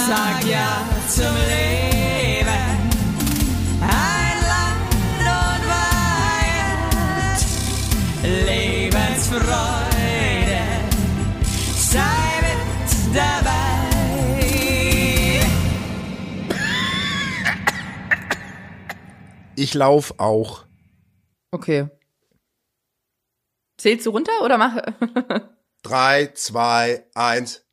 sag ja zum Leben. Ein Land und Weihend, Lebensfreude, sei mit dabei. Ich lauf auch. Okay. Zählst du runter oder mach? 3, 2, 1.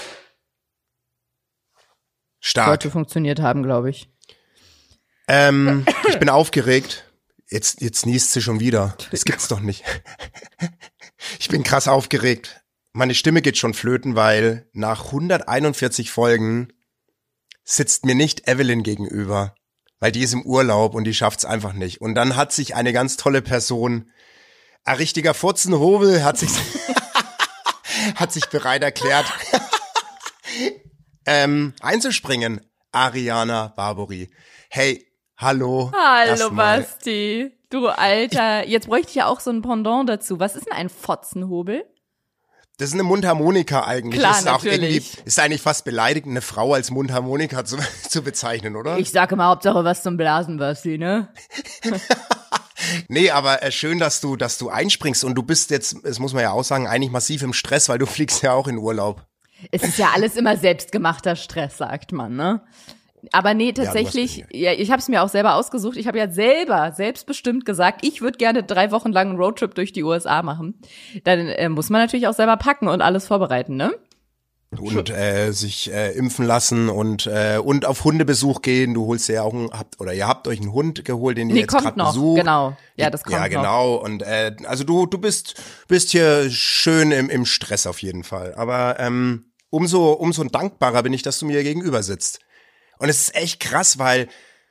Stark. Sollte funktioniert haben, glaube ich. Ich bin aufgeregt. Jetzt niest sie schon wieder. Das gibt's doch nicht. Ich bin krass aufgeregt. Meine Stimme geht schon flöten, weil nach 141 Folgen sitzt mir nicht Evelyn gegenüber. Weil die ist im Urlaub und die schafft's einfach nicht. Und dann hat sich eine ganz tolle Person, ein richtiger Furzenhobel, hat sich bereit erklärt, einzuspringen. Ariana Barbori. Hey, hallo. Hallo, erstmal. Basti. Du Alter. Jetzt bräuchte ich ja auch so ein Pendant dazu. Was ist denn ein Fotzenhobel? Das ist eine Mundharmonika eigentlich. Klar, ist auch natürlich. irgendwie, ist eigentlich fast beleidigend, eine Frau als Mundharmonika zu bezeichnen, oder? Ich sage immer Hauptsache was zum Blasen, Basti, ne? Nee, aber schön, dass du einspringst und du bist jetzt, das muss man ja auch sagen, eigentlich massiv im Stress, weil du fliegst ja auch in Urlaub. Es ist ja alles immer selbstgemachter Stress, sagt man, ne? Aber nee, tatsächlich, ja, ich habe es mir auch selber ausgesucht. Ich habe ja selbstbestimmt gesagt, ich würde gerne 3 Wochen lang einen Roadtrip durch die USA machen. Dann muss man natürlich auch selber packen und alles vorbereiten, ne? Und sich impfen lassen und auf Hundebesuch gehen. Du holst ja auch ihr habt euch einen Hund geholt, den ihr jetzt gerade besucht. Genau. Ja, das kommt noch. Ja, genau. Und also du bist hier schön im Stress auf jeden Fall. Aber umso dankbarer bin ich, dass du mir gegenüber sitzt. Und es ist echt krass, weil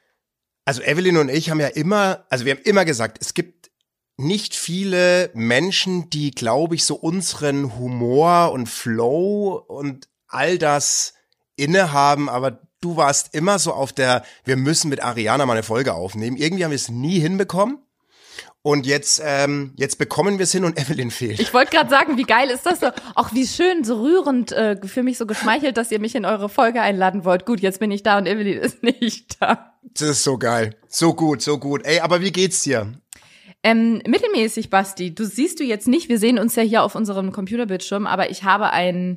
also Evelyn und ich haben wir haben immer gesagt, es gibt nicht viele Menschen, die, glaube ich, so unseren Humor und Flow und all das innehaben, aber du warst immer so auf wir müssen mit Ariana mal eine Folge aufnehmen. Irgendwie haben wir es nie hinbekommen. Und jetzt bekommen wir es hin und Evelyn fehlt. Ich wollte gerade sagen, wie geil ist das so? Auch wie schön, so rührend, für mich so geschmeichelt, dass ihr mich in eure Folge einladen wollt. Gut, jetzt bin ich da und Evelyn ist nicht da. Das ist so geil. So gut, so gut. Ey, aber wie geht's dir? Mittelmäßig, Basti. Du siehst du jetzt nicht, wir sehen uns ja hier auf unserem Computerbildschirm, aber ich habe ein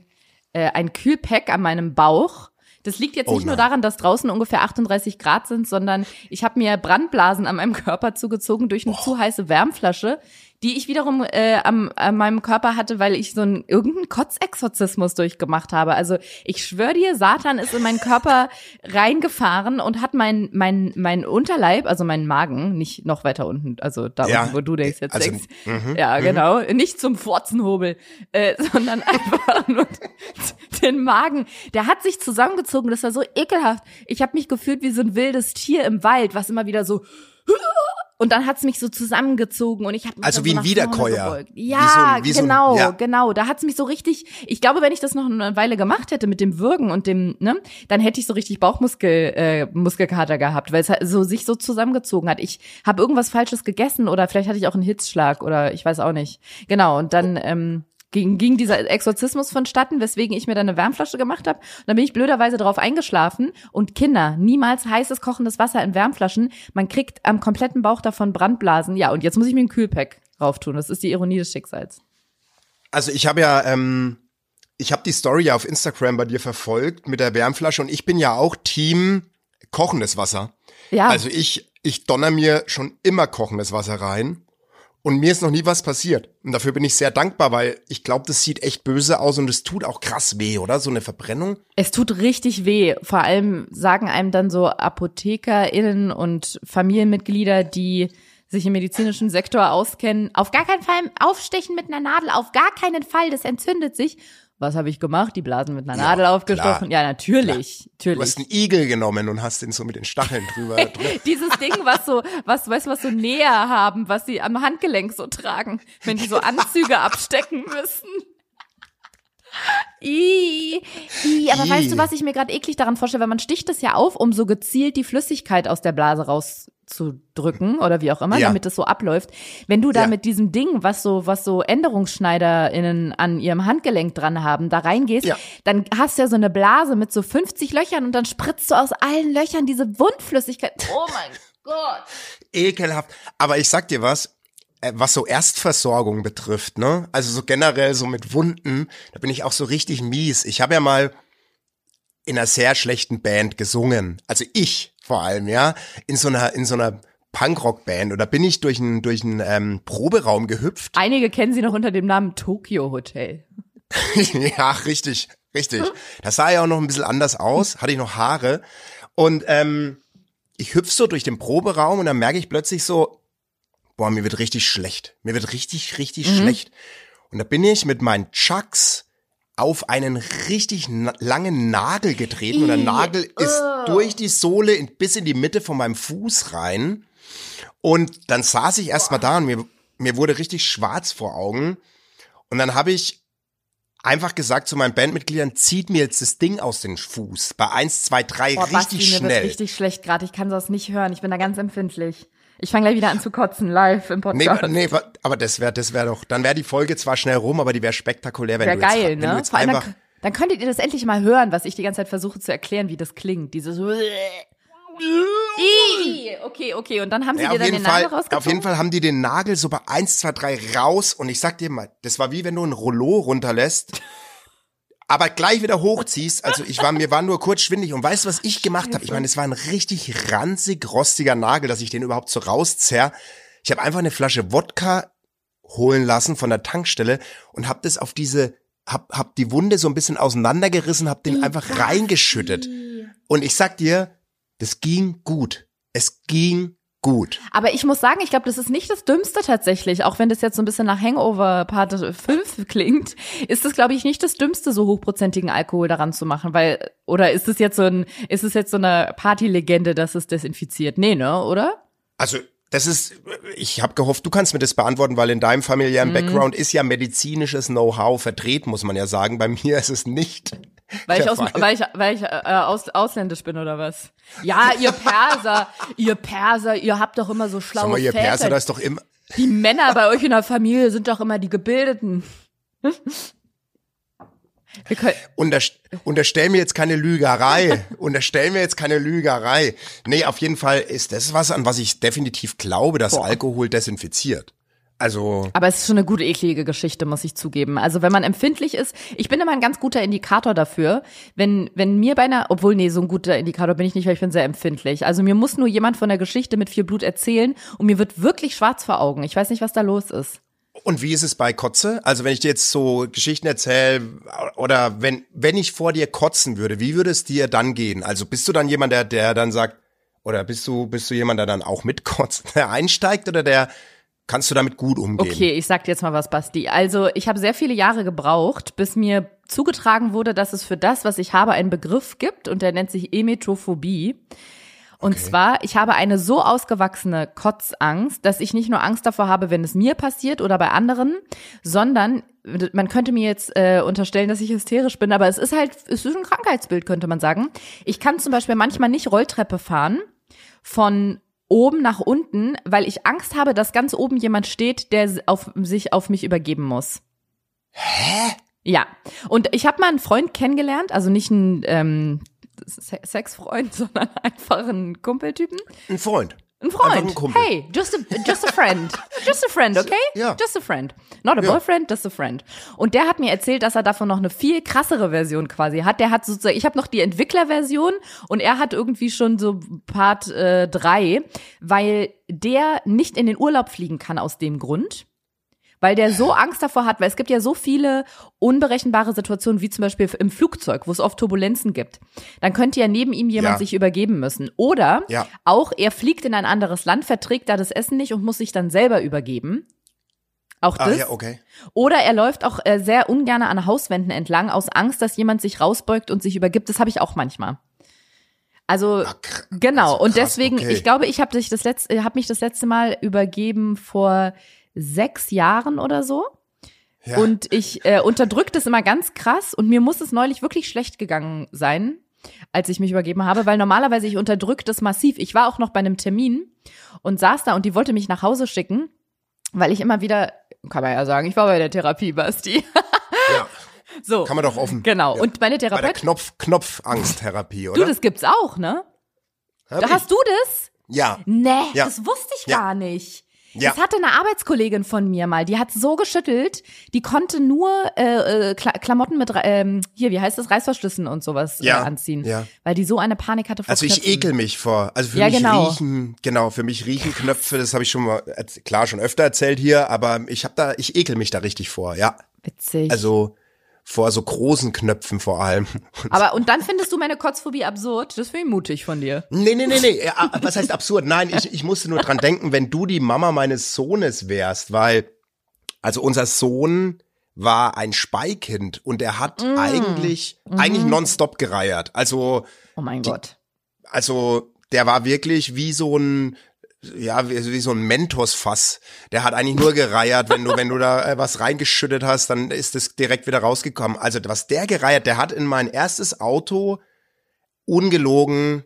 Kühlpack an meinem Bauch. Das liegt jetzt nicht nur daran, dass draußen ungefähr 38 Grad sind, sondern ich habe mir Brandblasen an meinem Körper zugezogen durch eine zu heiße Wärmflasche, die ich wiederum an meinem Körper hatte, weil ich irgendeinen Kotzexorzismus durchgemacht habe. Also ich schwöre dir, Satan ist in meinen Körper reingefahren und hat mein Unterleib, also meinen Magen, nicht noch weiter unten, also da unten, wo du denkst, denkst. Ja, genau, nicht zum Furzenhobel, sondern einfach nur den Magen. Der hat sich zusammengezogen, das war so ekelhaft. Ich habe mich gefühlt wie so ein wildes Tier im Wald, was immer wieder so und dann hat's mich so zusammengezogen und ich habe mich also wie so ein Wiederkäuer. Ja, genau. Da hat's mich so richtig. Ich glaube, wenn ich das noch eine Weile gemacht hätte mit dem Würgen und dem, ne, dann hätte ich so richtig Muskelkater gehabt, weil es halt sich so zusammengezogen hat. Ich habe irgendwas Falsches gegessen oder vielleicht hatte ich auch einen Hitzschlag oder ich weiß auch nicht. Genau. Und dann ging dieser Exorzismus vonstatten, weswegen ich mir dann eine Wärmflasche gemacht habe. Und dann bin ich blöderweise drauf eingeschlafen. Und Kinder, niemals heißes, kochendes Wasser in Wärmflaschen. Man kriegt am kompletten Bauch davon Brandblasen. Ja, und jetzt muss ich mir ein Kühlpack rauftun. Das ist die Ironie des Schicksals. Also ich habe ja, ich habe die Story ja auf Instagram bei dir verfolgt mit der Wärmflasche und ich bin ja auch Team kochendes Wasser. Ja. Also ich donner mir schon immer kochendes Wasser rein. Und mir ist noch nie was passiert. Und dafür bin ich sehr dankbar, weil ich glaube, das sieht echt böse aus und es tut auch krass weh, oder? So eine Verbrennung. Es tut richtig weh. Vor allem sagen einem dann so ApothekerInnen und Familienmitglieder, die sich im medizinischen Sektor auskennen, auf gar keinen Fall aufstechen mit einer Nadel, auf gar keinen Fall, das entzündet sich. Was habe ich gemacht? Die Blasen mit einer Nadel aufgestochen? Klar, ja, natürlich. Du hast einen Igel genommen und hast den so mit den Stacheln drüber. Dieses Ding, was so Näher haben, was sie am Handgelenk so tragen, wenn die so Anzüge abstecken müssen. Aber weißt du, was ich mir gerade eklig daran vorstelle? Weil man sticht es ja auf, um so gezielt die Flüssigkeit aus der Blase rauszudrücken oder wie auch immer, damit es so abläuft. Wenn du da mit diesem Ding, was so ÄnderungsschneiderInnen an ihrem Handgelenk dran haben, da reingehst, dann hast du ja so eine Blase mit so 50 Löchern und dann spritzt du aus allen Löchern diese Wundflüssigkeit. Oh mein Gott. Ekelhaft. Aber ich sag dir was so Erstversorgung betrifft, ne? Also so generell so mit Wunden, da bin ich auch so richtig mies. Ich habe ja mal in einer sehr schlechten Band gesungen. Also ich vor allem, ja. In so einer Punkrock-Band. Und da bin ich durch einen Proberaum gehüpft. Einige kennen sie noch unter dem Namen Tokyo Hotel. Ja, richtig. Das sah ja auch noch ein bisschen anders aus. Hatte ich noch Haare. Und ich hüpf so durch den Proberaum und dann merke ich plötzlich so, boah, mir wird richtig schlecht. Mir wird richtig schlecht. Und da bin ich mit meinen Chucks auf einen richtig langen Nagel getreten und der Nagel ist durch die Sohle bis in die Mitte von meinem Fuß rein. Und dann saß ich erstmal da und mir wurde richtig schwarz vor Augen. Und dann habe ich einfach gesagt zu meinen Bandmitgliedern, zieht mir jetzt das Ding aus den Fuß. Bei 1, 2, 3 richtig Basti, schnell. Mir wird richtig schlecht gerade. Ich kann das nicht hören. Ich bin da ganz empfindlich. Ich fange gleich wieder an zu kotzen, live im Podcast. Nee, aber das wäre doch, dann wäre die Folge zwar schnell rum, aber die wäre spektakulär, wenn du geil, jetzt, ne? wenn du jetzt Vor allem einfach... Dann könntet ihr das endlich mal hören, was ich die ganze Zeit versuche zu erklären, wie das klingt. Dieses Okay. Und dann haben sie dir dann den Nagel rausgezogen? Auf jeden Fall haben die den Nagel so bei 1, 2, 3 raus und ich sag dir mal, das war wie wenn du ein Rollo runterlässt, aber gleich wieder hochziehst. Also mir war nur kurz schwindig und weißt du, was ich gemacht habe? Ich meine, es war ein richtig ranzig, rostiger Nagel, dass ich den überhaupt so rauszerr. Ich habe einfach eine Flasche Wodka holen lassen von der Tankstelle und hab das auf hab die Wunde so ein bisschen auseinandergerissen, hab den einfach reingeschüttet. Und ich sag dir, das ging gut. Es ging gut. Aber ich muss sagen, ich glaube, das ist nicht das Dümmste tatsächlich, auch wenn das jetzt so ein bisschen nach Hangover Part 5 klingt, ist das, glaube ich, nicht das Dümmste, so hochprozentigen Alkohol daran zu machen, oder ist es jetzt so eine Partylegende, dass es desinfiziert? Nee, ne, oder? Also, ich habe gehofft, du kannst mir das beantworten, weil in deinem familiären Background ist ja medizinisches Know-how vertreten, muss man ja sagen. Bei mir ist es nicht. Weil ich ausländisch bin oder was? Ja, ihr Perser, ihr habt doch immer so schlaue Sag mal, ihr Väter. Perser, das ist doch immer... Die Männer bei euch in der Familie sind doch immer die Gebildeten. Unterstell mir jetzt keine Lügerei. Nee, auf jeden Fall ist das was, an was ich definitiv glaube, dass Alkohol desinfiziert. Also. Aber es ist schon eine gute, eklige Geschichte, muss ich zugeben. Also wenn man empfindlich ist, ich bin immer ein ganz guter Indikator dafür, wenn mir so ein guter Indikator bin ich nicht, weil ich bin sehr empfindlich. Also mir muss nur jemand von der Geschichte mit viel Blut erzählen und mir wird wirklich schwarz vor Augen. Ich weiß nicht, was da los ist. Und wie ist es bei Kotze? Also wenn ich dir jetzt so Geschichten erzähle oder wenn ich vor dir kotzen würde, wie würde es dir dann gehen? Also bist du dann jemand, der dann sagt, oder bist du jemand, der dann auch mitkotzt, der einsteigt oder kannst du damit gut umgehen? Okay, ich sag dir jetzt mal was, Basti. Also ich habe sehr viele Jahre gebraucht, bis mir zugetragen wurde, dass es für das, was ich habe, einen Begriff gibt und der nennt sich Emetophobie. Und zwar, ich habe eine so ausgewachsene Kotzangst, dass ich nicht nur Angst davor habe, wenn es mir passiert oder bei anderen, sondern man könnte mir jetzt unterstellen, dass ich hysterisch bin, aber es ist ein Krankheitsbild, könnte man sagen. Ich kann zum Beispiel manchmal nicht Rolltreppe fahren von oben nach unten, weil ich Angst habe, dass ganz oben jemand steht, der sich auf mich übergeben muss. Hä? Ja. Und ich habe mal einen Freund kennengelernt, also nicht einen Sexfreund, sondern einfach einen Kumpeltypen. Ein Freund. Einfach ein Kumpel. Hey, just a friend. Just a friend, okay? Ja. Just a friend. Not a boyfriend, just a friend. Und der hat mir erzählt, dass er davon noch eine viel krassere Version quasi hat. Der hat sozusagen, ich habe noch die Entwicklerversion und er hat irgendwie schon so Part 3, weil der nicht in den Urlaub fliegen kann aus dem Grund. Weil der so Angst davor hat, weil es gibt ja so viele unberechenbare Situationen, wie zum Beispiel im Flugzeug, wo es oft Turbulenzen gibt. Dann könnte ja neben ihm jemand sich übergeben müssen. Oder auch er fliegt in ein anderes Land, verträgt da das Essen nicht und muss sich dann selber übergeben. Auch das. Ja, okay. Oder er läuft auch sehr ungern an Hauswänden entlang, aus Angst, dass jemand sich rausbeugt und sich übergibt. Das habe ich auch manchmal. Also genau. Also und deswegen, ich glaube, ich habe mich das letzte Mal übergeben vor 6 Jahren oder so. Ja. Und ich unterdrücke das immer ganz krass und mir muss es neulich wirklich schlecht gegangen sein, als ich mich übergeben habe, weil normalerweise ich unterdrücke das massiv. Ich war auch noch bei einem Termin und saß da und die wollte mich nach Hause schicken, weil ich immer wieder, kann man ja sagen, ich war bei der Therapie, Basti. Ja. So. Kann man doch offen. Genau. Ja. Und meine Bei der Therapeutin. Knopfangsttherapie, oder? Du, das gibt's auch, ne? Da hast du das? Ja. Nee, Ja. das wusste ich Ja. gar nicht. Ja. Das hatte eine Arbeitskollegin von mir mal, die hat so geschüttelt, die konnte nur Klamotten mit, hier, wie heißt das, Reißverschlüssen und sowas Ja. anziehen, Ja. weil die so eine Panik hatte vor Also ich Knöpfen. ekel mich vor, also für Ja, mich genau. für mich riechen Knöpfe, das habe ich schon mal, klar, schon öfter erzählt hier, aber ich ekel mich da richtig vor, ja. Witzig. Also vor so großen Knöpfen vor allem. Aber, und dann findest du meine Kotzphobie absurd? Das finde ich mutig von dir. Nee. Ja, was heißt absurd? Nein, ich musste nur dran denken, wenn du die Mama meines Sohnes wärst, weil, also unser Sohn war ein Speikind und er hat eigentlich nonstop gereiert. Also, Oh mein Gott. also der war wirklich wie so ein, ja, wie so ein Mentos-Fass. Der hat eigentlich nur gereiert, wenn du da was reingeschüttet hast, dann ist das direkt wieder rausgekommen. Also was der gereiert, der hat in mein erstes Auto ungelogen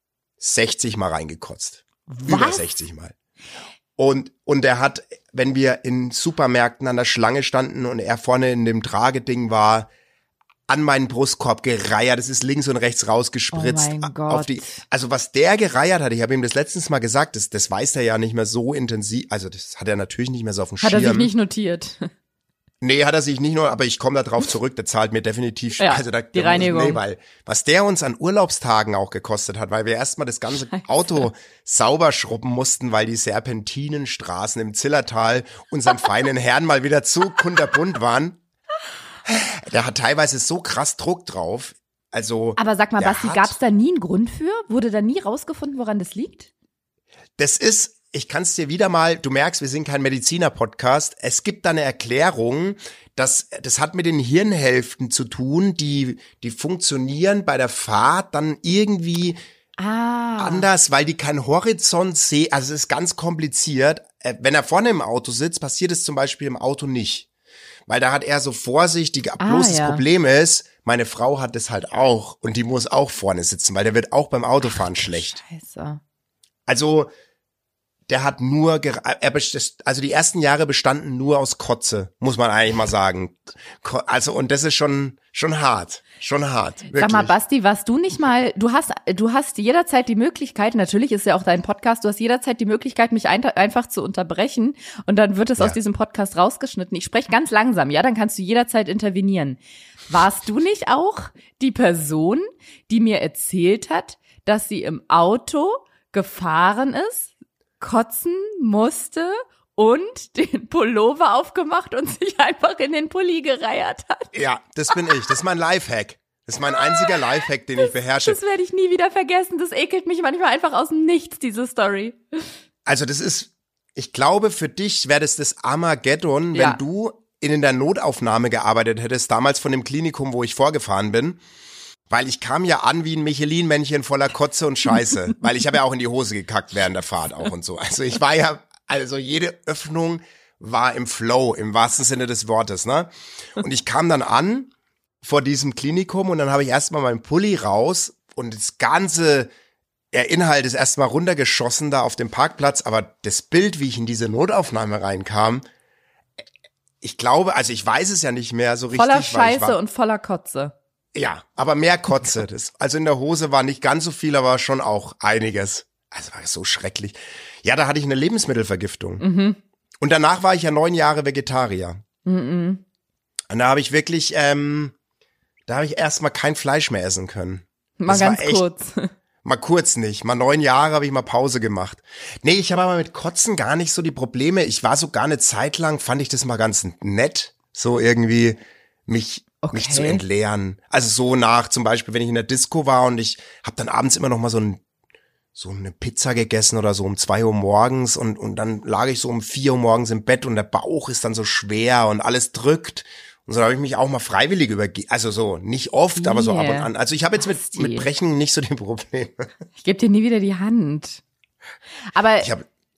60 Mal reingekotzt. Über 60 Mal. Und der hat, wenn wir in Supermärkten an der Schlange standen und er vorne in dem Trageding war, an meinen Brustkorb gereiert, es ist links und rechts rausgespritzt. Oh mein Gott. Also was der gereiert hat, ich habe ihm das letztens mal gesagt, das weiß er ja nicht mehr so intensiv, also das hat er natürlich nicht mehr so auf dem Hat Schirm. er sich nicht notiert. Nee, hat er sich nicht nur, aber ich komme da drauf zurück, der zahlt mir definitiv, Ja, also die Reinigung. Nee, weil was der uns an Urlaubstagen auch gekostet hat, weil wir erstmal das ganze Auto sauber schrubben mussten, weil die Serpentinenstraßen im Zillertal unseren feinen Herrn mal wieder zu kunterbunt waren. Der hat teilweise so krass Druck drauf. Also, Aber sag mal, der Basti, gab's da nie einen Grund für? Wurde da nie rausgefunden, woran das liegt? Das ist, ich kann es dir wieder mal, du merkst, wir sind kein Mediziner-Podcast. Es gibt da eine Erklärung, das hat mit den Hirnhälften zu tun, die funktionieren bei der Fahrt dann irgendwie anders, weil die keinen Horizont sehen. Also es ist ganz kompliziert. Wenn er vorne im Auto sitzt, passiert es zum Beispiel im Auto nicht. Weil da hat er so vorsichtig, bloß das Problem ist, meine Frau hat das halt auch und die muss auch vorne sitzen, weil der wird auch beim Autofahren schlecht. Scheiße. Also, der hat nur, also die ersten Jahre bestanden nur aus Kotze, muss man eigentlich mal sagen. Also, und das ist schon hart. Schon hart. Wirklich. Sag mal, Basti, warst du nicht mal, du hast jederzeit die Möglichkeit, natürlich ist ja auch dein Podcast, du hast jederzeit die Möglichkeit, mich einfach zu unterbrechen und dann wird es aus diesem Podcast rausgeschnitten. Ich spreche ganz langsam, ja, dann kannst du jederzeit intervenieren. Warst du nicht auch die Person, die mir erzählt hat, dass sie im Auto gefahren ist, kotzen musste und den Pullover aufgemacht und sich einfach in den Pulli gereiert hat? Ja, das bin ich. Das ist mein Lifehack. Das ist mein einziger Lifehack, den ich beherrsche. Das werde ich nie wieder vergessen. Das ekelt mich manchmal einfach aus dem Nichts, diese Story. Also das ist, ich glaube, für dich wäre das Armageddon, wenn du in der Notaufnahme gearbeitet hättest, damals von dem Klinikum, wo ich vorgefahren bin. Weil ich kam ja an wie ein Michelin-Männchen voller Kotze und Scheiße. Weil ich habe ja auch in die Hose gekackt während der Fahrt auch und so. Also ich war ja, also jede Öffnung war im Flow, im wahrsten Sinne des Wortes, ne? Und ich kam dann an vor diesem Klinikum und dann habe ich erstmal meinen Pulli raus und das ganze, der Inhalt ist erstmal runtergeschossen da auf dem Parkplatz, aber das Bild, wie ich in diese Notaufnahme reinkam, ich glaube, also ich weiß es ja nicht mehr so richtig. Voller weil Scheiße und voller Kotze. Ja, aber mehr Kotze. Also in der Hose war nicht ganz so viel, aber schon auch einiges. Also war so schrecklich. Ja, da hatte ich eine Lebensmittelvergiftung. Mhm. Und danach war ich ja 9 Jahre Vegetarier. Mhm. Und da habe ich wirklich, da habe ich erstmal kein Fleisch mehr essen können. Mal Das ganz war echt, kurz. Mal kurz nicht. Mal 9 Jahre habe ich mal Pause gemacht. Nee, ich habe aber mit Kotzen gar nicht so die Probleme. Ich war sogar eine Zeit lang, fand ich das mal ganz nett, so irgendwie mich zu entleeren. Also so nach, zum Beispiel, wenn ich in der Disco war und ich habe dann abends immer noch mal so eine Pizza gegessen oder so um 2 Uhr morgens und dann lag ich so um 4 Uhr morgens im Bett und der Bauch ist dann so schwer und alles drückt. Und so habe ich mich auch mal freiwillig übergeben. Also so, nicht oft, aber so ab und an. Also ich habe jetzt mit Brechen nicht so die Probleme. Ich gebe dir nie wieder die Hand. Aber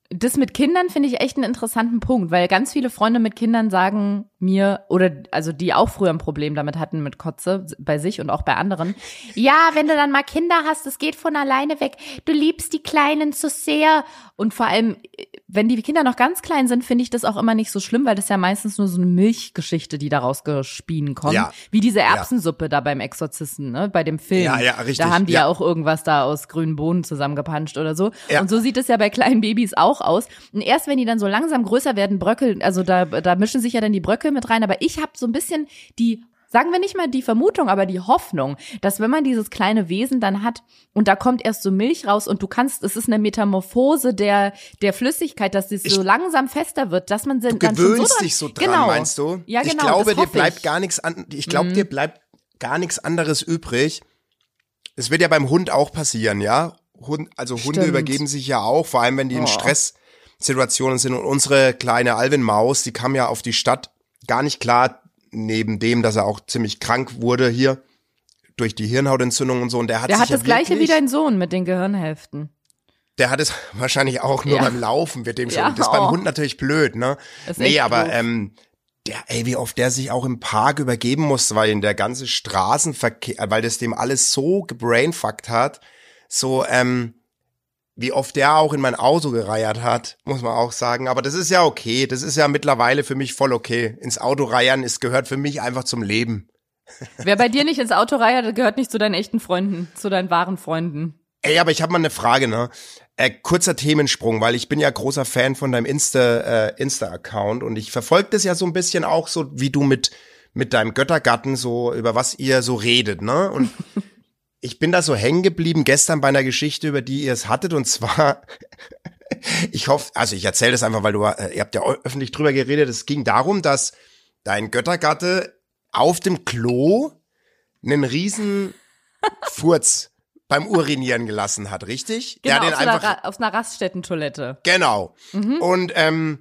Das mit Kindern finde ich echt einen interessanten Punkt, weil ganz viele Freunde mit Kindern sagen mir, oder also die auch früher ein Problem damit hatten mit Kotze, bei sich und auch bei anderen, ja, wenn du dann mal Kinder hast, das geht von alleine weg, du liebst die Kleinen zu sehr. Und vor allem, wenn die Kinder noch ganz klein sind, finde ich das auch immer nicht so schlimm, weil das ja meistens nur so eine Milchgeschichte, die daraus gespien kommt. Ja. Wie diese Erbsensuppe da beim Exorzisten, ne, bei dem Film. Ja, richtig. Da haben die ja auch irgendwas da aus grünen Bohnen zusammengepanscht oder so. Ja. Und so sieht es ja bei kleinen Babys auch aus. Und erst wenn die dann so langsam größer werden, bröckeln, also da mischen sich ja dann die Bröckel mit rein. Aber ich habe so ein bisschen sagen wir nicht mal die Vermutung, aber die Hoffnung, dass wenn man dieses kleine Wesen dann hat und da kommt erst so Milch raus und es ist eine Metamorphose der Flüssigkeit, dass es so langsam fester wird, dass man dann gewöhnst dich so dran, meinst du? Ja, genau. Ich glaube, dir bleibt gar nichts dir bleibt gar nichts anderes übrig. Es wird ja beim Hund auch passieren, ja? Hunde übergeben sich ja auch, vor allem wenn die in Stresssituationen sind. Und unsere kleine Alvin-Maus, die kam ja auf die Stadt gar nicht klar, neben dem, dass er auch ziemlich krank wurde hier durch die Hirnhautentzündung und so. Und der hat das Gleiche wie dein Sohn mit den Gehirnhälften. Der hat es wahrscheinlich auch nur beim Laufen, wird dem schon. Ja, das ist beim Hund natürlich blöd, ne? Nee, aber wie oft der sich auch im Park übergeben muss, weil in der ganze Straßenverkehr, weil das dem alles so gebrainfuckt hat, so, wie oft der auch in mein Auto gereiert hat, muss man auch sagen. Aber das ist ja okay. Das ist ja mittlerweile für mich voll okay. Ins Auto reiern, gehört für mich einfach zum Leben. Wer bei dir nicht ins Auto reiert, gehört nicht zu deinen echten Freunden, zu deinen wahren Freunden. Ey, aber ich habe mal eine Frage, ne? Kurzer Themensprung, weil ich bin ja großer Fan von deinem Insta-Account und ich verfolge das ja so ein bisschen auch so, wie du mit deinem Göttergatten so, über was ihr so redet, ne? Und ich bin da so hängen geblieben gestern bei einer Geschichte, über die ihr es hattet, und zwar, ich hoffe, also ich erzähle das einfach, weil ihr habt ja öffentlich drüber geredet, es ging darum, dass dein Göttergatte auf dem Klo einen riesen Furz beim Urinieren gelassen hat, richtig? Genau, Der hat auf einer Raststättentoilette. Genau. Und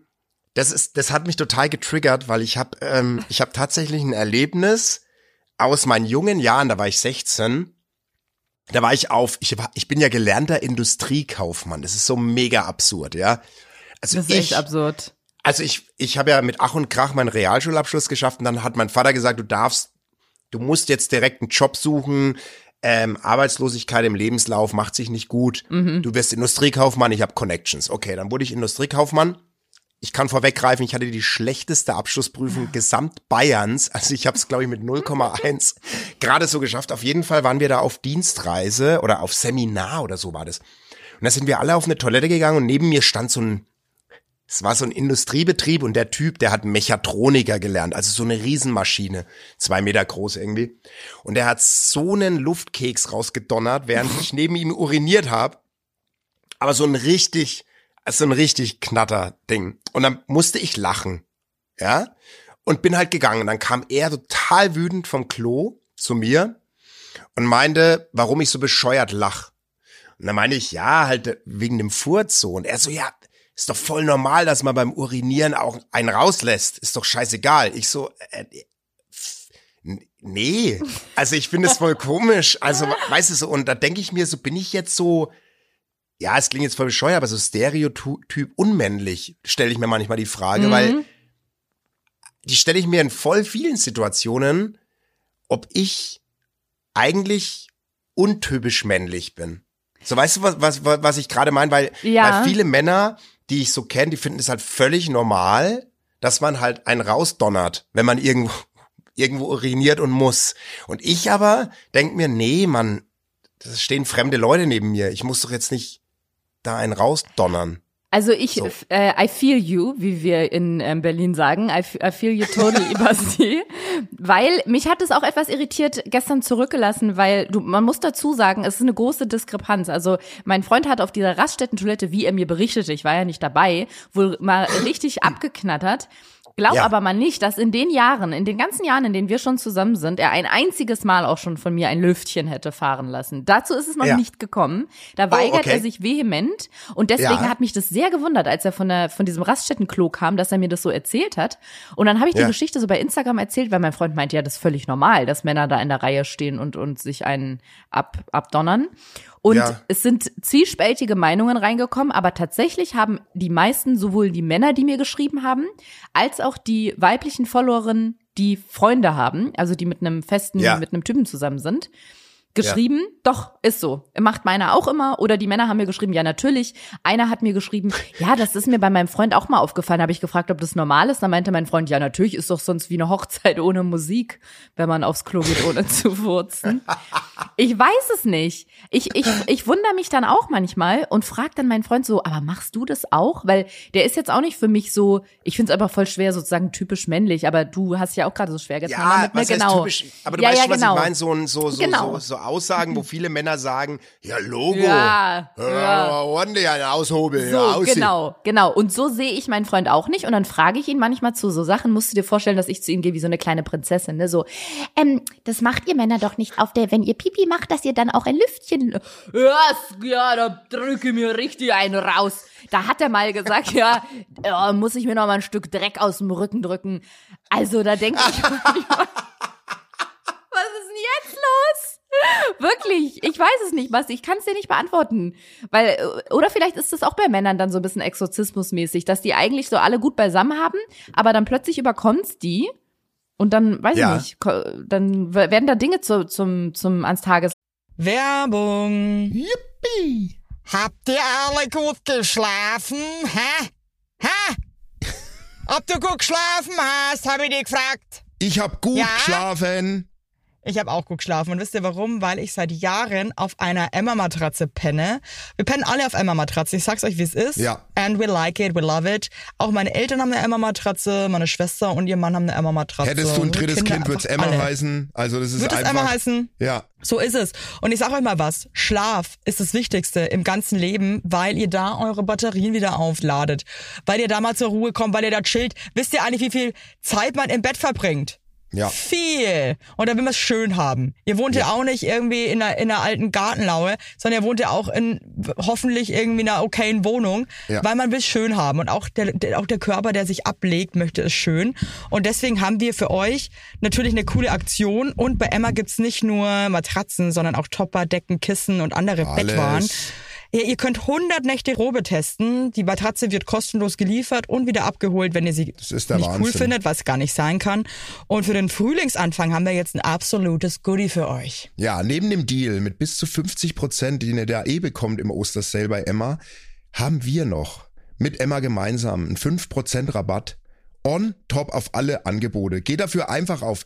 das hat mich total getriggert, weil ich habe tatsächlich ein Erlebnis aus meinen jungen Jahren, da war ich 16. Da war ich ich bin ja gelernter Industriekaufmann. Das ist so mega absurd, ja. Also das ist echt absurd. Also ich habe ja mit Ach und Krach meinen Realschulabschluss geschafft und dann hat mein Vater gesagt, du musst jetzt direkt einen Job suchen. Arbeitslosigkeit im Lebenslauf macht sich nicht gut. Du wirst Industriekaufmann, ich habe Connections. Okay, dann wurde ich Industriekaufmann. Ich kann vorweggreifen, ich hatte die schlechteste Abschlussprüfung gesamt Bayerns. Also ich habe es, glaube ich, mit 0,1 gerade so geschafft. Auf jeden Fall waren wir da auf Dienstreise oder auf Seminar oder so war das. Und da sind wir alle auf eine Toilette gegangen und neben mir stand es war so ein Industriebetrieb und der Typ, der hat Mechatroniker gelernt, also so eine Riesenmaschine, 2 Meter groß irgendwie. Und der hat so einen Luftkeks rausgedonnert, während ich neben ihm uriniert habe. Aber so ein richtig knatter Ding. Und dann musste ich lachen, ja, und bin halt gegangen. Und dann kam er total wütend vom Klo zu mir und meinte, warum ich so bescheuert lach. Und dann meinte ich, ja, halt wegen dem Furz so. Und er so, ja, ist doch voll normal, dass man beim Urinieren auch einen rauslässt. Ist doch scheißegal. Ich so, nee. Also ich finde es voll komisch. Also, weißt du so, und da denke ich mir so, bin ich jetzt so, ja, es klingt jetzt voll bescheuert, aber so Stereotyp unmännlich, stelle ich mir manchmal die Frage, weil die stelle ich mir in voll vielen Situationen, ob ich eigentlich untypisch männlich bin. So, weißt du, was ich gerade meine? Weil viele Männer, die ich so kenne, die finden es halt völlig normal, dass man halt einen rausdonnert, wenn man irgendwo uriniert und muss. Und ich aber denke mir, nee, Mann, das stehen fremde Leute neben mir. Ich muss doch jetzt nicht da einen rausdonnern. Also I feel you, wie wir in Berlin sagen. I feel you totally, Basti. Weil mich hat es auch etwas irritiert gestern zurückgelassen, weil man muss dazu sagen, es ist eine große Diskrepanz. Also mein Freund hat auf dieser Raststättentoilette, wie er mir berichtete, ich war ja nicht dabei, wohl mal richtig abgeknattert. Glaub aber mal nicht, dass in den ganzen Jahren, in denen wir schon zusammen sind, er ein einziges Mal auch schon von mir ein Lüftchen hätte fahren lassen. Dazu ist es noch nicht gekommen. Da weigert er sich vehement. Und deswegen hat mich das sehr gewundert, als er von diesem Raststättenklo kam, dass er mir das so erzählt hat. Und dann habe ich die Geschichte so bei Instagram erzählt, weil mein Freund meinte, ja, das ist völlig normal, dass Männer da in der Reihe stehen und sich einen abdonnern. Und es sind zwiespältige Meinungen reingekommen, aber tatsächlich haben die meisten, sowohl die Männer, die mir geschrieben haben, als auch die weiblichen Followerinnen, die Freunde haben, also die mit einem mit einem Typen zusammen sind, geschrieben, doch, ist so. Macht meiner auch immer. Oder die Männer haben mir geschrieben, ja, natürlich. Einer hat mir geschrieben, ja, das ist mir bei meinem Freund auch mal aufgefallen. Habe ich gefragt, ob das normal ist. Dann meinte mein Freund, ja, natürlich ist doch sonst wie eine Hochzeit ohne Musik, wenn man aufs Klo geht, ohne zu furzen. Ich weiß es nicht. Ich wundere mich dann auch manchmal und frage dann meinen Freund so, aber machst du das auch? Weil der ist jetzt auch nicht für mich so, ich finde es einfach voll schwer, sozusagen typisch männlich, aber du hast ja auch gerade so schwer getan. Ja, mit mir, was heißt typisch? Aber du weißt schon, was ich meine, so Aussagen, wo viele Männer sagen, ja, Logo, ordentlich einen aushobeln. So, genau. Und so sehe ich meinen Freund auch nicht. Und dann frage ich ihn manchmal zu so Sachen, musst du dir vorstellen, dass ich zu ihm gehe wie so eine kleine Prinzessin, ne? So, das macht ihr Männer doch nicht wenn ihr Pipi macht, dass ihr dann auch ein Lüftchen. Ja, da drücke ich mir richtig einen raus. Da hat er mal gesagt, muss ich mir noch mal ein Stück Dreck aus dem Rücken drücken. Also da denke ich manchmal, was ist denn jetzt los? Wirklich, ich weiß es nicht, Basti, ich kann es dir nicht beantworten. Oder vielleicht ist es auch bei Männern dann so ein bisschen exorzismusmäßig, dass die eigentlich so alle gut beisammen haben, aber dann plötzlich überkommt's die und dann, weiß ich nicht, dann werden da Dinge zum ans Tages. Werbung. Yippie. Habt ihr alle gut geschlafen? Hä? Ob du gut geschlafen hast, habe ich dich gefragt. Ich hab gut geschlafen. Ich habe auch gut geschlafen. Und wisst ihr warum? Weil ich seit Jahren auf einer Emma-Matratze penne. Wir pennen alle auf Emma-Matratzen. Ich sag's euch, wie es ist. Ja. And we like it, we love it. Auch meine Eltern haben eine Emma-Matratze, meine Schwester und ihr Mann haben eine Emma-Matratze. Hättest du ein drittes Kind, wird's Emma heißen. Also das ist Wird einfach. es Emma heißen? Ja. So ist es. Und ich sag euch mal was. Schlaf ist das Wichtigste im ganzen Leben, weil ihr da eure Batterien wieder aufladet. Weil ihr da mal zur Ruhe kommt, weil ihr da chillt. Wisst ihr eigentlich, wie viel Zeit man im Bett verbringt? Ja. Viel. Und da will man es schön haben. Ihr wohnt ja auch nicht irgendwie in einer alten Gartenlaue, sondern ihr wohnt ja auch in hoffentlich irgendwie einer okayen Wohnung, weil man will es schön haben. Und auch der Körper, der sich ablegt, möchte es schön. Und deswegen haben wir für euch natürlich eine coole Aktion. Und bei Emma gibt's nicht nur Matratzen, sondern auch Topper, Decken, Kissen und andere Bettwaren. Ja, ihr könnt 100 Nächte Probe testen. Die Matratze wird kostenlos geliefert und wieder abgeholt, wenn ihr sie nicht cool findet, was gar nicht sein kann. Und für den Frühlingsanfang haben wir jetzt ein absolutes Goodie für euch. Ja, neben dem Deal mit bis zu 50%, den ihr da bekommt im Ostersale bei Emma, haben wir noch mit Emma gemeinsam einen 5% Rabatt on top auf alle Angebote. Geht dafür einfach auf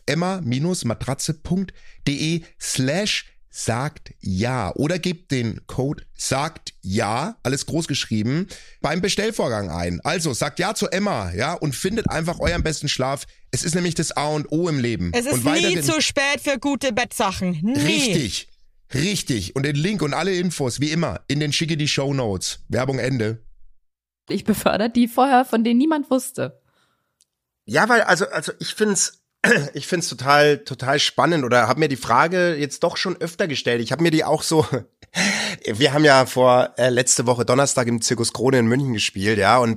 emma-matratze.de/sagt ja oder gebt den Code sagt ja, alles groß geschrieben, beim Bestellvorgang ein. Also sagt ja zu Emma, und findet einfach euren besten Schlaf. Es ist nämlich das A und O im Leben. Es ist nie zu spät für gute Bettsachen. Nie. Richtig. Und den Link und alle Infos, wie immer, in den schicke die Shownotes. Werbung Ende. Ich befördert die vorher, von denen niemand wusste. Ja, weil, also ich find's total spannend oder habe mir die Frage jetzt doch schon öfter gestellt. Ich habe mir die auch so, wir haben ja letzte Woche Donnerstag im Zirkus Krone in München gespielt, und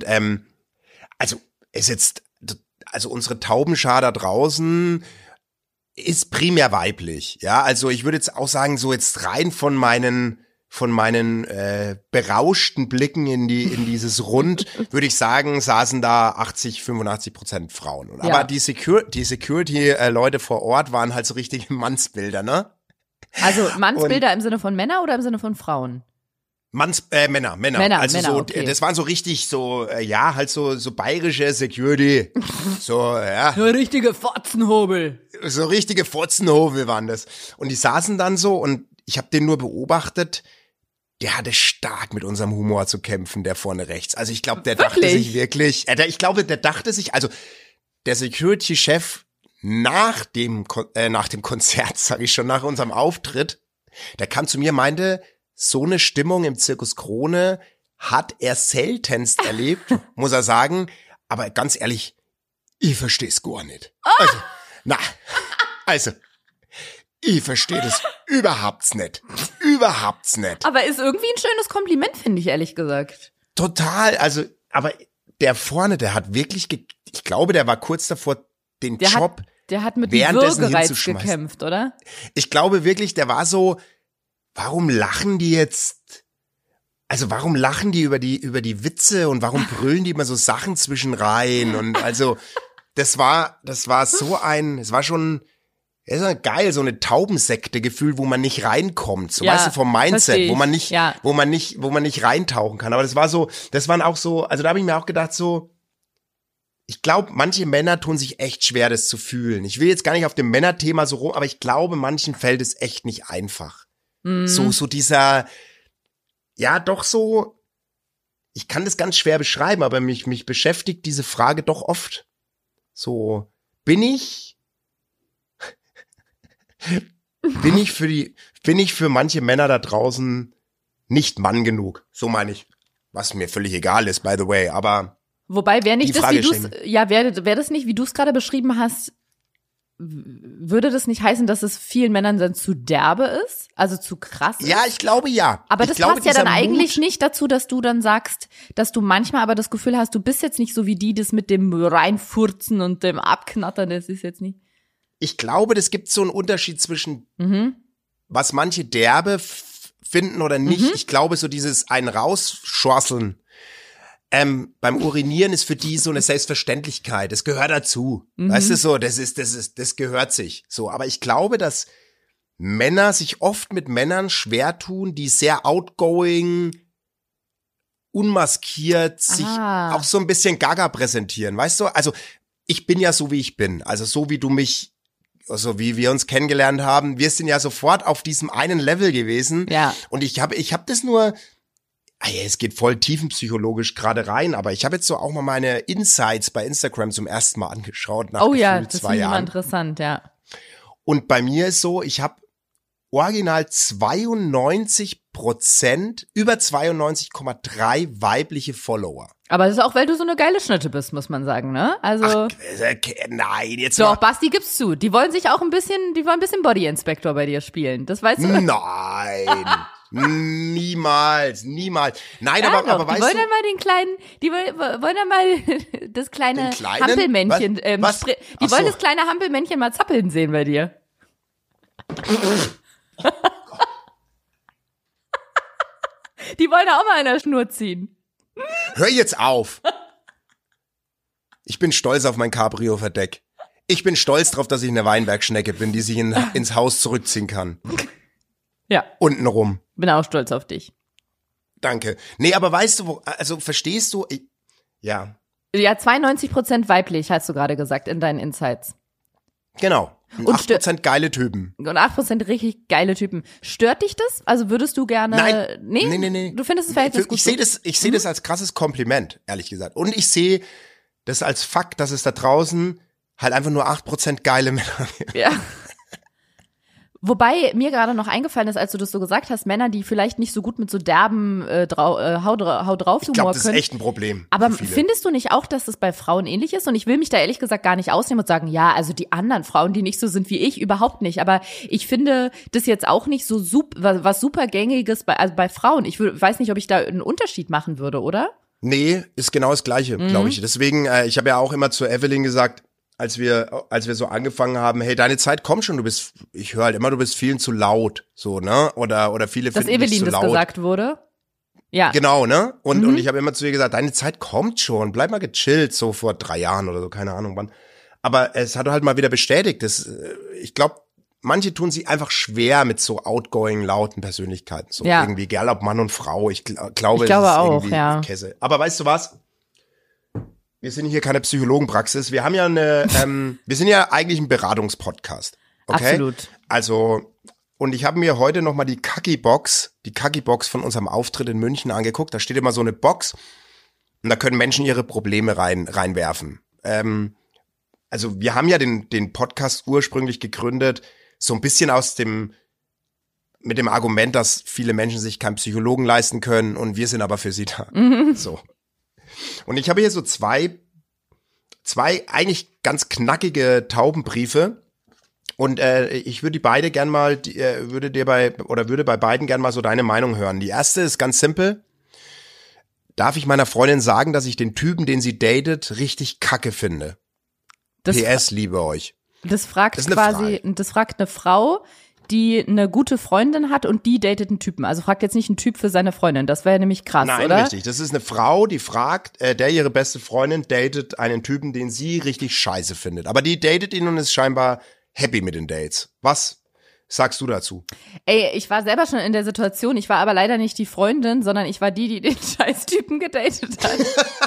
unsere Taubenschar da draußen ist primär weiblich, also ich würde jetzt auch sagen, so jetzt rein von meinen berauschten Blicken in dieses Rund, würde ich sagen, saßen da 85% Frauen. Ja. Aber die Security-Leute vor Ort waren halt so richtige Mannsbilder, ne? Also Mannsbilder im Sinne von Männer oder im Sinne von Frauen? Männer. Also Männer, so, okay. Das waren so richtig so, halt so bayerische Security. So, So richtige Fotzenhobel. So richtige Fotzenhobel waren das. Und die saßen dann so und ich habe den nur beobachtet. Der hatte stark mit unserem Humor zu kämpfen, der vorne rechts. Also ich glaube, der dachte sich wirklich, also der Security-Chef nach dem Konzert, sage ich schon, nach unserem Auftritt, der kam zu mir, meinte, so eine Stimmung im Zirkus Krone hat er seltenst erlebt, muss er sagen. Aber ganz ehrlich, ich versteh's gar nicht. Also, ich verstehe das überhaupt nicht. Überhaupt nicht. Aber ist irgendwie ein schönes Kompliment, finde ich, ehrlich gesagt. Total, also, aber der vorne, der hat wirklich, ich glaube, der war kurz davor, den Job der hat mit dem währenddessen Würgereiz hinzuschmeißen. gekämpft, oder? Ich glaube wirklich, der war so, warum lachen die jetzt? Also warum lachen die über die Witze und warum brüllen die immer so Sachen zwischen rein? Und also, es war schon geil, so eine Taubensekte-Gefühl, wo man nicht reinkommt, so, weißt du, vom Mindset, wo man nicht reintauchen kann. Aber das waren auch so, also da habe ich mir auch gedacht so, ich glaube, manche Männer tun sich echt schwer, das zu fühlen. Ich will jetzt gar nicht auf dem Männerthema so rum, aber ich glaube, manchen fällt es echt nicht einfach. So dieser, ja, doch so, ich kann das ganz schwer beschreiben, aber mich beschäftigt diese Frage doch oft. So, bin ich für manche Männer da draußen nicht Mann genug? So meine ich. Was mir völlig egal ist, by the way, aber wobei, wäre nicht die das, Frage wie du's, stellen. ja, wäre das nicht, wie du es gerade beschrieben hast, würde das nicht heißen, dass es vielen Männern dann zu derbe ist? Also zu krass ist? Ja, ich glaube ja. Aber das passt ja dann eigentlich nicht dazu, dass du dann sagst, dass du manchmal aber das Gefühl hast, du bist jetzt nicht so wie die, das mit dem Reinfurzen und dem Abknattern, das ist jetzt nicht. Ich glaube, das gibt so einen Unterschied zwischen, was manche derbe finden oder nicht. Ich glaube, so dieses ein rausschorseln beim Urinieren ist für die so eine Selbstverständlichkeit. Das gehört dazu. Weißt du so, das gehört sich. So, aber ich glaube, dass Männer sich oft mit Männern schwer tun, die sehr outgoing, unmaskiert, sich auch so ein bisschen gaga präsentieren. Weißt du? Also, ich bin ja so, wie ich bin. Also, so wie du mich, also wie wir uns kennengelernt haben, wir sind ja sofort auf diesem einen Level gewesen. Ja. Und ich hab das nur, es geht voll tiefenpsychologisch gerade rein, aber ich habe jetzt so auch mal meine Insights bei Instagram zum ersten Mal angeschaut nach gefühlt 2 das finde ich immer Jahren. interessant, ja. Und bei mir ist so, ich habe original 92%, über 92,3 weibliche Follower. Aber das ist auch, weil du so eine geile Schnitte bist, muss man sagen, ne? Also. Nein, jetzt Doch, mal. Basti gibt's zu. Die wollen ein bisschen Body Inspector bei dir spielen. Das weißt du. Nein. Niemals. Nein, Ja, aber weißt du. Die wollen dann mal das kleine Den kleinen? Hampelmännchen, Was? die Ach wollen so. das kleine Hampelmännchen mal zappeln sehen bei dir. Die wollen da auch mal an der Schnur ziehen. Hör jetzt auf. Ich bin stolz auf mein Cabrio-Verdeck. Ich bin stolz drauf, dass ich eine Weinbergschnecke bin, die sich ins Haus zurückziehen kann. Ja, Untenrum. bin auch stolz auf dich. Danke. Nee, aber weißt du, also verstehst du? Ja, Ja, 92% weiblich, hast du gerade gesagt, in deinen Insights. genau. Und Und 8% geile Typen. Und 8% richtig geile Typen. Stört dich das? Also würdest du gerne... Nein. Nee? Nee. Du findest das Verhältnis gut? Ich sehe das als krasses Kompliment, ehrlich gesagt. Und ich sehe das als Fakt, dass es da draußen halt einfach nur 8% geile Männer gibt. Ja. Wobei mir gerade noch eingefallen ist, als du das so gesagt hast, Männer, die vielleicht nicht so gut mit so derben Hau drauf Ich glaube, das ist echt ein Problem. Aber für viele. findest du nicht auch, dass das bei Frauen ähnlich ist? Und ich will mich da ehrlich gesagt gar nicht ausnehmen und sagen, ja, also die anderen Frauen, die nicht so sind wie ich, überhaupt nicht. Aber ich finde das jetzt auch nicht so was super Gängiges bei Frauen. Ich weiß nicht, ob ich da einen Unterschied machen würde, oder? Nee, ist genau das Gleiche, glaube ich. Deswegen, ich habe ja auch immer zu Evelyn gesagt, als wir so angefangen haben, hey, deine Zeit kommt schon, ich höre halt immer, du bist vielen zu laut, so, ne? Oder viele Dass finden dich Evelyn zu das laut. gesagt wurde? Ja. Genau, ne? Und ich habe immer zu ihr gesagt, deine Zeit kommt schon, bleib mal gechillt, so vor 3 Jahren oder so, keine Ahnung wann. Aber es hat halt mal wieder bestätigt, ich glaube, manche tun sich einfach schwer mit so outgoing, lauten Persönlichkeiten, so irgendwie, egal ob Mann und Frau, ich glaube, es ist auch, irgendwie ja. Käse. Aber weißt du was? Wir sind hier keine Psychologenpraxis. Wir haben ja wir sind ja eigentlich ein Beratungspodcast. Okay? Absolut. Also, und ich habe mir heute nochmal die Kaki-Box von unserem Auftritt in München angeguckt. Da steht immer so eine Box und da können Menschen ihre Probleme reinwerfen. Also, wir haben ja den Podcast ursprünglich gegründet, so ein bisschen mit dem Argument, dass viele Menschen sich keinen Psychologen leisten können und wir sind aber für sie da. So. Und ich habe hier so zwei 2 eigentlich ganz knackige Taubenbriefe. Und ich würde die beide gern mal, würde bei beiden gern mal so deine Meinung hören. Die erste ist ganz simpel. Darf ich meiner Freundin sagen, dass ich den Typen, den sie datet, richtig kacke finde? PS, liebe euch. Das fragt eine Frau, die eine gute Freundin hat und die datet einen Typen. Also fragt jetzt nicht einen Typ für seine Freundin. Das wäre nämlich krass, Nein, oder? Nein, richtig. Das ist eine Frau, die fragt, der ihre beste Freundin datet einen Typen, den sie richtig scheiße findet. Aber die datet ihn und ist scheinbar happy mit den Dates. Was sagst du dazu? Ey, ich war selber schon in der Situation. Ich war aber leider nicht die Freundin, sondern ich war die den Scheiß-Typen gedatet hat.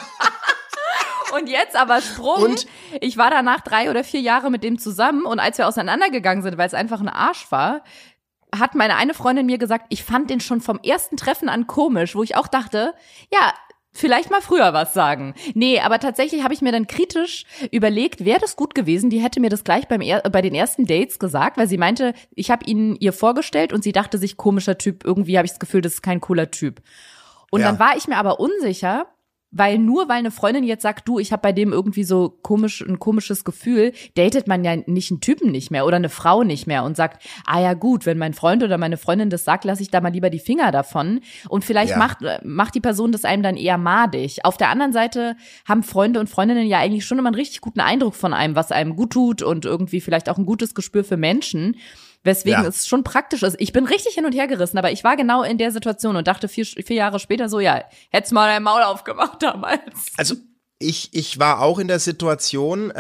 Und jetzt aber Sprung. Und? Ich war danach 3 oder 4 Jahre mit dem zusammen und als wir auseinandergegangen sind, weil es einfach ein Arsch war, hat meine eine Freundin mir gesagt, ich fand den schon vom ersten Treffen an komisch, wo ich auch dachte, ja, vielleicht mal früher was sagen. Nee, aber tatsächlich habe ich mir dann kritisch überlegt, wäre das gut gewesen, die hätte mir das gleich bei den ersten Dates gesagt, weil sie meinte, ich habe ihn ihr vorgestellt und sie dachte sich, komischer Typ, irgendwie habe ich das Gefühl, das ist kein cooler Typ. Und dann war ich mir aber unsicher, weil eine Freundin jetzt sagt, du, ich habe bei dem irgendwie so ein komisches Gefühl, datet man ja nicht einen Typen nicht mehr oder eine Frau nicht mehr und sagt, ah ja gut, wenn mein Freund oder meine Freundin das sagt, lasse ich da mal lieber die Finger davon und vielleicht macht die Person das einem dann eher madig. Auf der anderen Seite haben Freunde und Freundinnen ja eigentlich schon immer einen richtig guten Eindruck von einem, was einem gut tut und irgendwie vielleicht auch ein gutes Gespür für Menschen. Weswegen es schon praktisch ist. Ich bin richtig hin und her gerissen, aber ich war genau in der Situation und dachte 4 Jahre später so, ja, hätt's mal dein Maul aufgemacht damals. Also ich war auch in der Situation,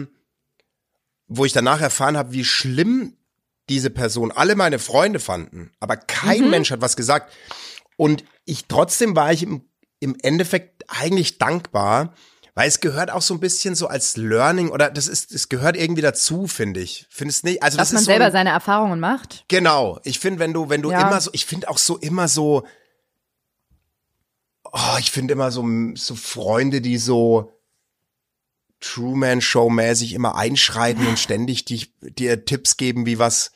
wo ich danach erfahren habe, wie schlimm diese Person alle meine Freunde fanden, aber kein Mensch hat was gesagt. Und trotzdem war ich im Endeffekt eigentlich dankbar, weil es gehört auch so ein bisschen so als Learning oder es gehört irgendwie dazu, finde ich. Findest nicht? Also dass das man ist selber seine Erfahrungen macht. Genau. Ich finde, wenn du immer so, ich finde auch so immer so, ich finde immer so Freunde, die so Truman-Show-mäßig immer einschreiten und ständig dir Tipps geben, wie was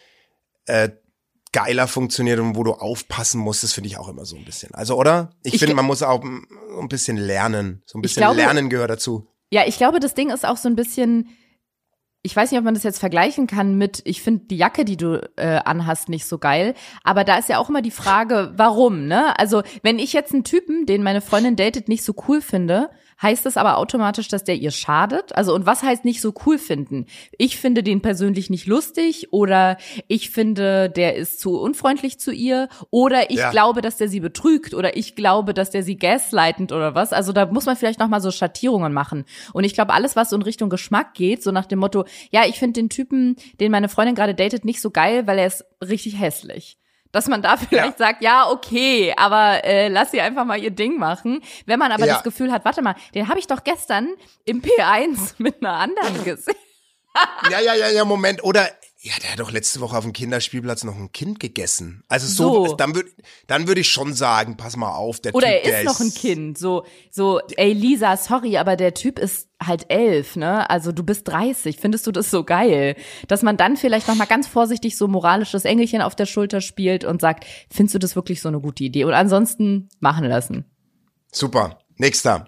geiler funktioniert und wo du aufpassen musst, das finde ich auch immer so ein bisschen. Also, oder? Ich finde, man muss auch ein bisschen lernen. So ein bisschen Lernen gehört dazu. Ja, ich glaube, das Ding ist auch so ein bisschen, ich weiß nicht, ob man das jetzt vergleichen kann mit, ich finde die Jacke, die du anhast, nicht so geil. Aber da ist ja auch immer die Frage, warum, ne? Also, wenn ich jetzt einen Typen, den meine Freundin datet, nicht so cool finde, heißt das aber automatisch, dass der ihr schadet? Also, und was heißt nicht so cool finden? Ich finde den persönlich nicht lustig oder ich finde, der ist zu unfreundlich zu ihr oder ich glaube, dass der sie betrügt oder ich glaube, dass der sie gaslightend oder was. Also, da muss man vielleicht nochmal so Schattierungen machen. Und ich glaube, alles, was so in Richtung Geschmack geht, so nach dem Motto, ja, ich finde den Typen, den meine Freundin gerade datet, nicht so geil, weil er ist richtig hässlich. Dass man da vielleicht sagt, ja, okay, aber lass sie einfach mal ihr Ding machen. Wenn man aber das Gefühl hat, warte mal, den habe ich doch gestern im P1 mit einer anderen gesehen. Ja, Moment. Oder, der hat doch letzte Woche auf dem Kinderspielplatz noch ein Kind gegessen. Also so. Dann würde ich schon sagen, pass mal auf, der Oder Typ, er ist noch ein Kind. So, ey Lisa, sorry, aber der Typ ist halt 11, ne? Also du bist 30. Findest du das so geil? Dass man dann vielleicht noch mal ganz vorsichtig so moralisches Engelchen auf der Schulter spielt und sagt, findest du das wirklich so eine gute Idee? Und ansonsten machen lassen. Super. Nächster.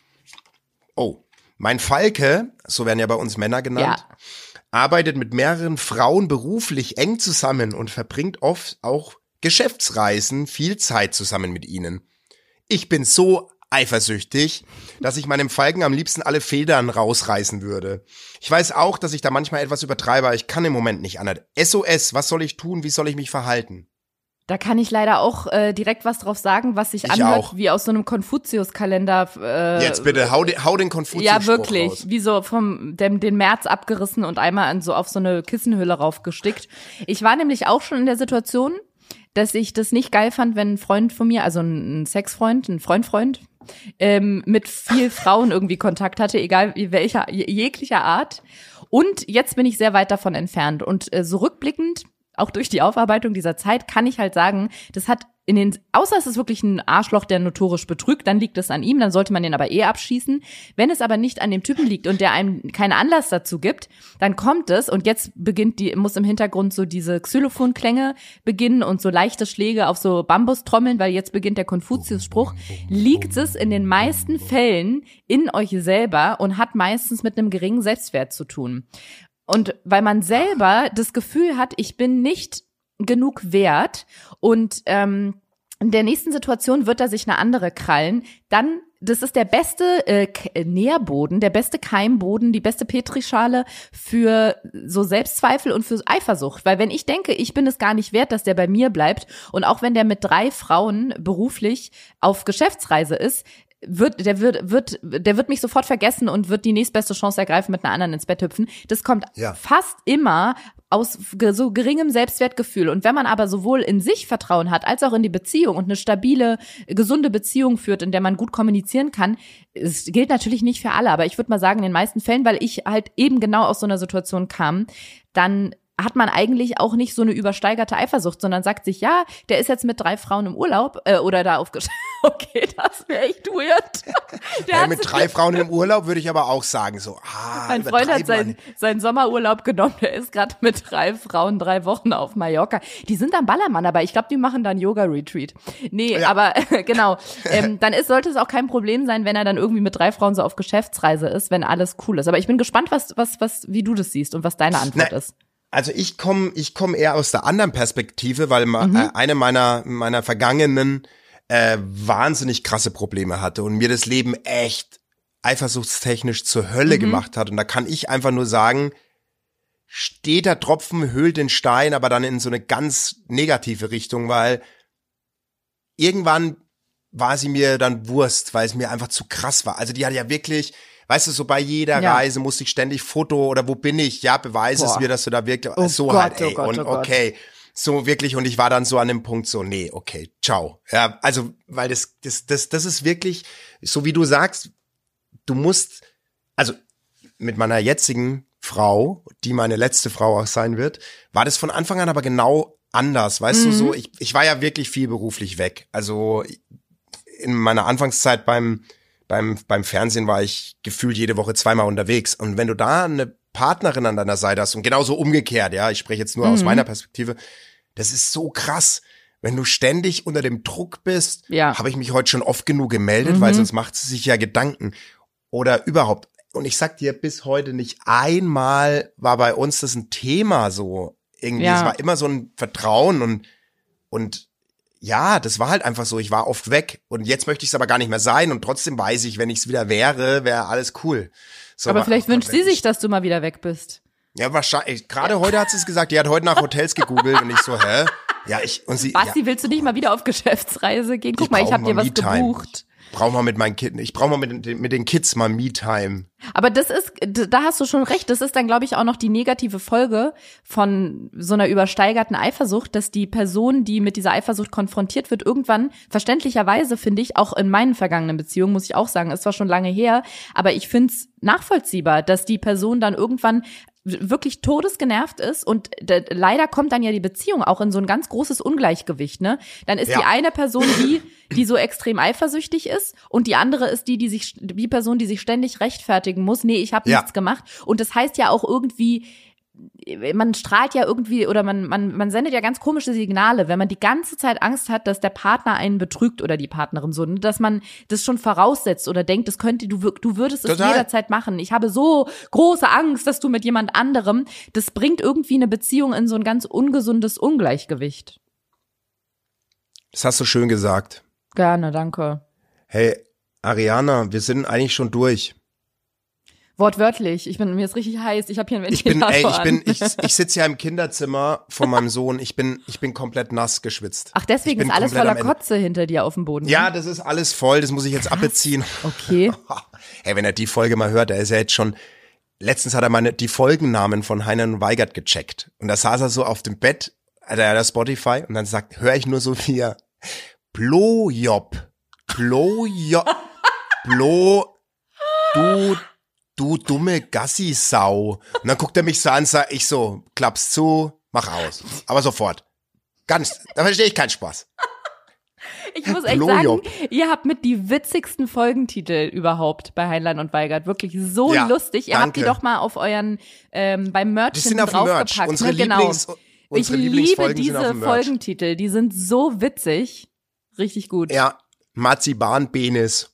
Oh, mein Falke, so werden ja bei uns Männer genannt, arbeitet mit mehreren Frauen beruflich eng zusammen und verbringt oft auch Geschäftsreisen viel Zeit zusammen mit ihnen. Ich bin so eifersüchtig, dass ich meinem Falken am liebsten alle Federn rausreißen würde. Ich weiß auch, dass ich da manchmal etwas übertreibe, aber ich kann im Moment nicht anders. SOS, was soll ich tun? Wie soll ich mich verhalten? Da kann ich leider auch direkt was drauf sagen, was sich anhört wie aus so einem Konfuzius-Kalender. Jetzt bitte, hau den Konfuzius-Spruch Ja, wirklich. raus. Wie so den März abgerissen und einmal auf so eine Kissenhülle raufgestickt. Ich war nämlich auch schon in der Situation, dass ich das nicht geil fand, wenn ein Freund von mir, also ein Sexfreund, ein Freund, mit viel Frauen irgendwie Kontakt hatte, egal jeglicher Art. Und jetzt bin ich sehr weit davon entfernt. Und so rückblickend, auch durch die Aufarbeitung dieser Zeit kann ich halt sagen, das hat außer es ist wirklich ein Arschloch, der notorisch betrügt, dann liegt es an ihm, dann sollte man den aber abschießen. Wenn es aber nicht an dem Typen liegt und der einem keinen Anlass dazu gibt, dann kommt es und jetzt muss im Hintergrund so diese Xylophonklänge beginnen und so leichte Schläge auf so Bambustrommeln, weil jetzt beginnt der Konfuzius-Spruch. Liegt es in den meisten Fällen in euch selber und hat meistens mit einem geringen Selbstwert zu tun. Und weil man selber das Gefühl hat, ich bin nicht genug wert und in der nächsten Situation wird er sich eine andere krallen, dann, das ist der beste Nährboden, der beste Keimboden, die beste Petrischale für so Selbstzweifel und für Eifersucht. Weil wenn ich denke, ich bin es gar nicht wert, dass der bei mir bleibt und auch wenn der mit 3 Frauen beruflich auf Geschäftsreise ist, der wird mich sofort vergessen und wird die nächstbeste Chance ergreifen, mit einer anderen ins Bett hüpfen. Das kommt fast immer aus so geringem Selbstwertgefühl. Und wenn man aber sowohl in sich Vertrauen hat, als auch in die Beziehung und eine stabile, gesunde Beziehung führt, in der man gut kommunizieren kann, es gilt natürlich nicht für alle, aber ich würde mal sagen, in den meisten Fällen, weil ich halt eben genau aus so einer Situation kam, dann hat man eigentlich auch nicht so eine übersteigerte Eifersucht, sondern sagt sich, ja, der ist jetzt mit 3 Frauen im Urlaub oder da aufgestellt. Okay, das wäre echt weird. Mit 3 Frauen im Urlaub würde ich aber auch sagen, so, mein Freund hat seinen Sommerurlaub genommen, der ist gerade mit 3 Frauen 3 Wochen auf Mallorca. Die sind am Ballermann, aber ich glaube, die machen dann Yoga-Retreat. Nee, ja. Aber genau, dann sollte es auch kein Problem sein, wenn er dann irgendwie mit 3 Frauen so auf Geschäftsreise ist, wenn alles cool ist. Aber ich bin gespannt, wie du das siehst und was deine Antwort ist. Also ich komm eher aus der anderen Perspektive, weil eine meiner vergangenen wahnsinnig krasse Probleme hatte und mir das Leben echt eifersuchtstechnisch zur Hölle gemacht hat. Und da kann ich einfach nur sagen, steter Tropfen höhlt den Stein, aber dann in so eine ganz negative Richtung, weil irgendwann war sie mir dann Wurst, weil es mir einfach zu krass war. Also die hat ja wirklich... Weißt du, so bei jeder Reise musste ich ständig Foto oder wo bin ich? Ja, beweise es mir, dass du da wirklich so Gott, halt, ey. Oh Gott, und okay, so wirklich und ich war dann so an dem Punkt so, nee, okay, ciao. Ja, also, weil das ist wirklich, so wie du sagst, du musst, also mit meiner jetzigen Frau, die meine letzte Frau auch sein wird, war das von Anfang an aber genau anders, weißt du, so, ich war ja wirklich viel beruflich weg. Also in meiner Anfangszeit beim Fernsehen war ich gefühlt jede Woche 2-mal unterwegs. Und wenn du da eine Partnerin an deiner Seite hast und genauso umgekehrt, ja, ich spreche jetzt nur aus meiner Perspektive, das ist so krass. Wenn du ständig unter dem Druck bist, habe ich mich heute schon oft genug gemeldet, weil sonst macht sie sich ja Gedanken. Oder überhaupt. Und ich sag dir, bis heute nicht einmal war bei uns das ein Thema so. Irgendwie, es war immer so ein Vertrauen und ja, das war halt einfach so, ich war oft weg und jetzt möchte ich es aber gar nicht mehr sein und trotzdem weiß ich, wenn ich es wieder wäre alles cool. So, aber vielleicht wünscht sie sich, dass du mal wieder weg bist. Ja, wahrscheinlich. Gerade heute hat sie es gesagt, die hat heute nach Hotels gegoogelt und ich so, hä? Ja, Basti, willst du nicht mal wieder auf Geschäftsreise gehen? Guck mal, ich habe dir was gebucht. Ich brauche mal mit den Kids mal Me-Time. Aber da hast du schon recht, das ist dann, glaube ich, auch noch die negative Folge von so einer übersteigerten Eifersucht, dass die Person, die mit dieser Eifersucht konfrontiert wird, irgendwann, verständlicherweise finde ich, auch in meinen vergangenen Beziehungen, muss ich auch sagen, ist zwar schon lange her, aber ich finde es nachvollziehbar, dass die Person dann irgendwann wirklich todesgenervt ist und leider kommt dann ja die Beziehung auch in so ein ganz großes Ungleichgewicht, ne? Dann ist die eine Person die so extrem eifersüchtig ist und die andere ist die Person, die sich ständig rechtfertigen muss. Nee, ich habe nichts gemacht. Und das heißt ja auch irgendwie, man strahlt ja irgendwie oder man sendet ja ganz komische Signale, wenn man die ganze Zeit Angst hat, dass der Partner einen betrügt oder die Partnerin so, dass man das schon voraussetzt oder denkt, du würdest es jederzeit machen. Ich habe so große Angst, dass du mit jemand anderem, das bringt irgendwie eine Beziehung in so ein ganz ungesundes Ungleichgewicht. Das hast du schön gesagt. Gerne, danke. Hey, Ariana, wir sind eigentlich schon durch. Wortwörtlich. Mir ist richtig heiß. Ich habe hier einen Ventilator Ich sitze ja im Kinderzimmer von meinem Sohn. Ich bin komplett nass geschwitzt. Ach, deswegen ist alles voller Kotze hinter dir auf dem Boden. Ja, das ist alles voll. Das muss ich jetzt abbeziehen. Okay. Hey, wenn er die Folge mal hört, der ist ja jetzt schon. Letztens hat er die Folgennamen von Heiner Weigert gecheckt. Und da saß er so auf dem Bett, hat er Spotify, und dann höre ich nur so wie er Blojob. Du dumme Gassi-Sau. Und dann guckt er mich so an, sag ich so, klapp's zu, Mach aus. Aber sofort. Da verstehe ich keinen Spaß. Ich muss echt sagen, ihr habt mit die witzigsten Folgentitel überhaupt bei Heinlein und Weigert. Wirklich so lustig. Ihr habt die doch mal auf euren, beim Merch die sind auf dem Merch. Draufgepackt. Unsere Ich liebe diese Folgentitel. Die sind so witzig. Richtig gut. Ja, Marzipanpenis.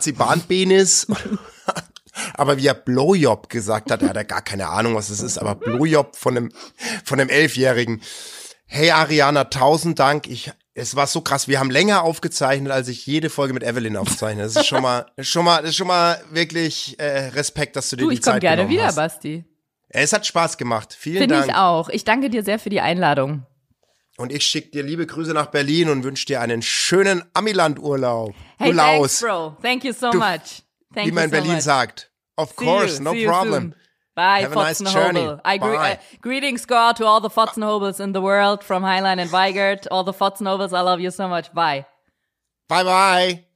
Aber wie er Blowjob gesagt hat, er hat ja gar keine Ahnung, was es ist, aber Blowjob von einem 11-Jährigen. Hey Ariana, 1000 Dank. Es war so krass. Wir haben länger aufgezeichnet, als ich jede Folge mit Evelyn aufzeichne. Das ist schon mal wirklich Respekt, dass du dir die Zeit genommen hast. Ich komme gerne wieder, Basti. Es hat Spaß gemacht. Vielen Dank. Finde ich auch. Ich danke dir sehr für die Einladung. Und ich schicke dir liebe Grüße nach Berlin und wünsche dir einen schönen Amiland-Urlaub. Hey, thanks, bro. Thank you so much. Wie man in Berlin sagt. Of course, no problem. Bye, Have a nice journey. Bye. Greetings go out to all the Fotzenhobels in the world from Heinlein and Weigert. All the Fotzenhobels, I love you so much. Bye. Bye.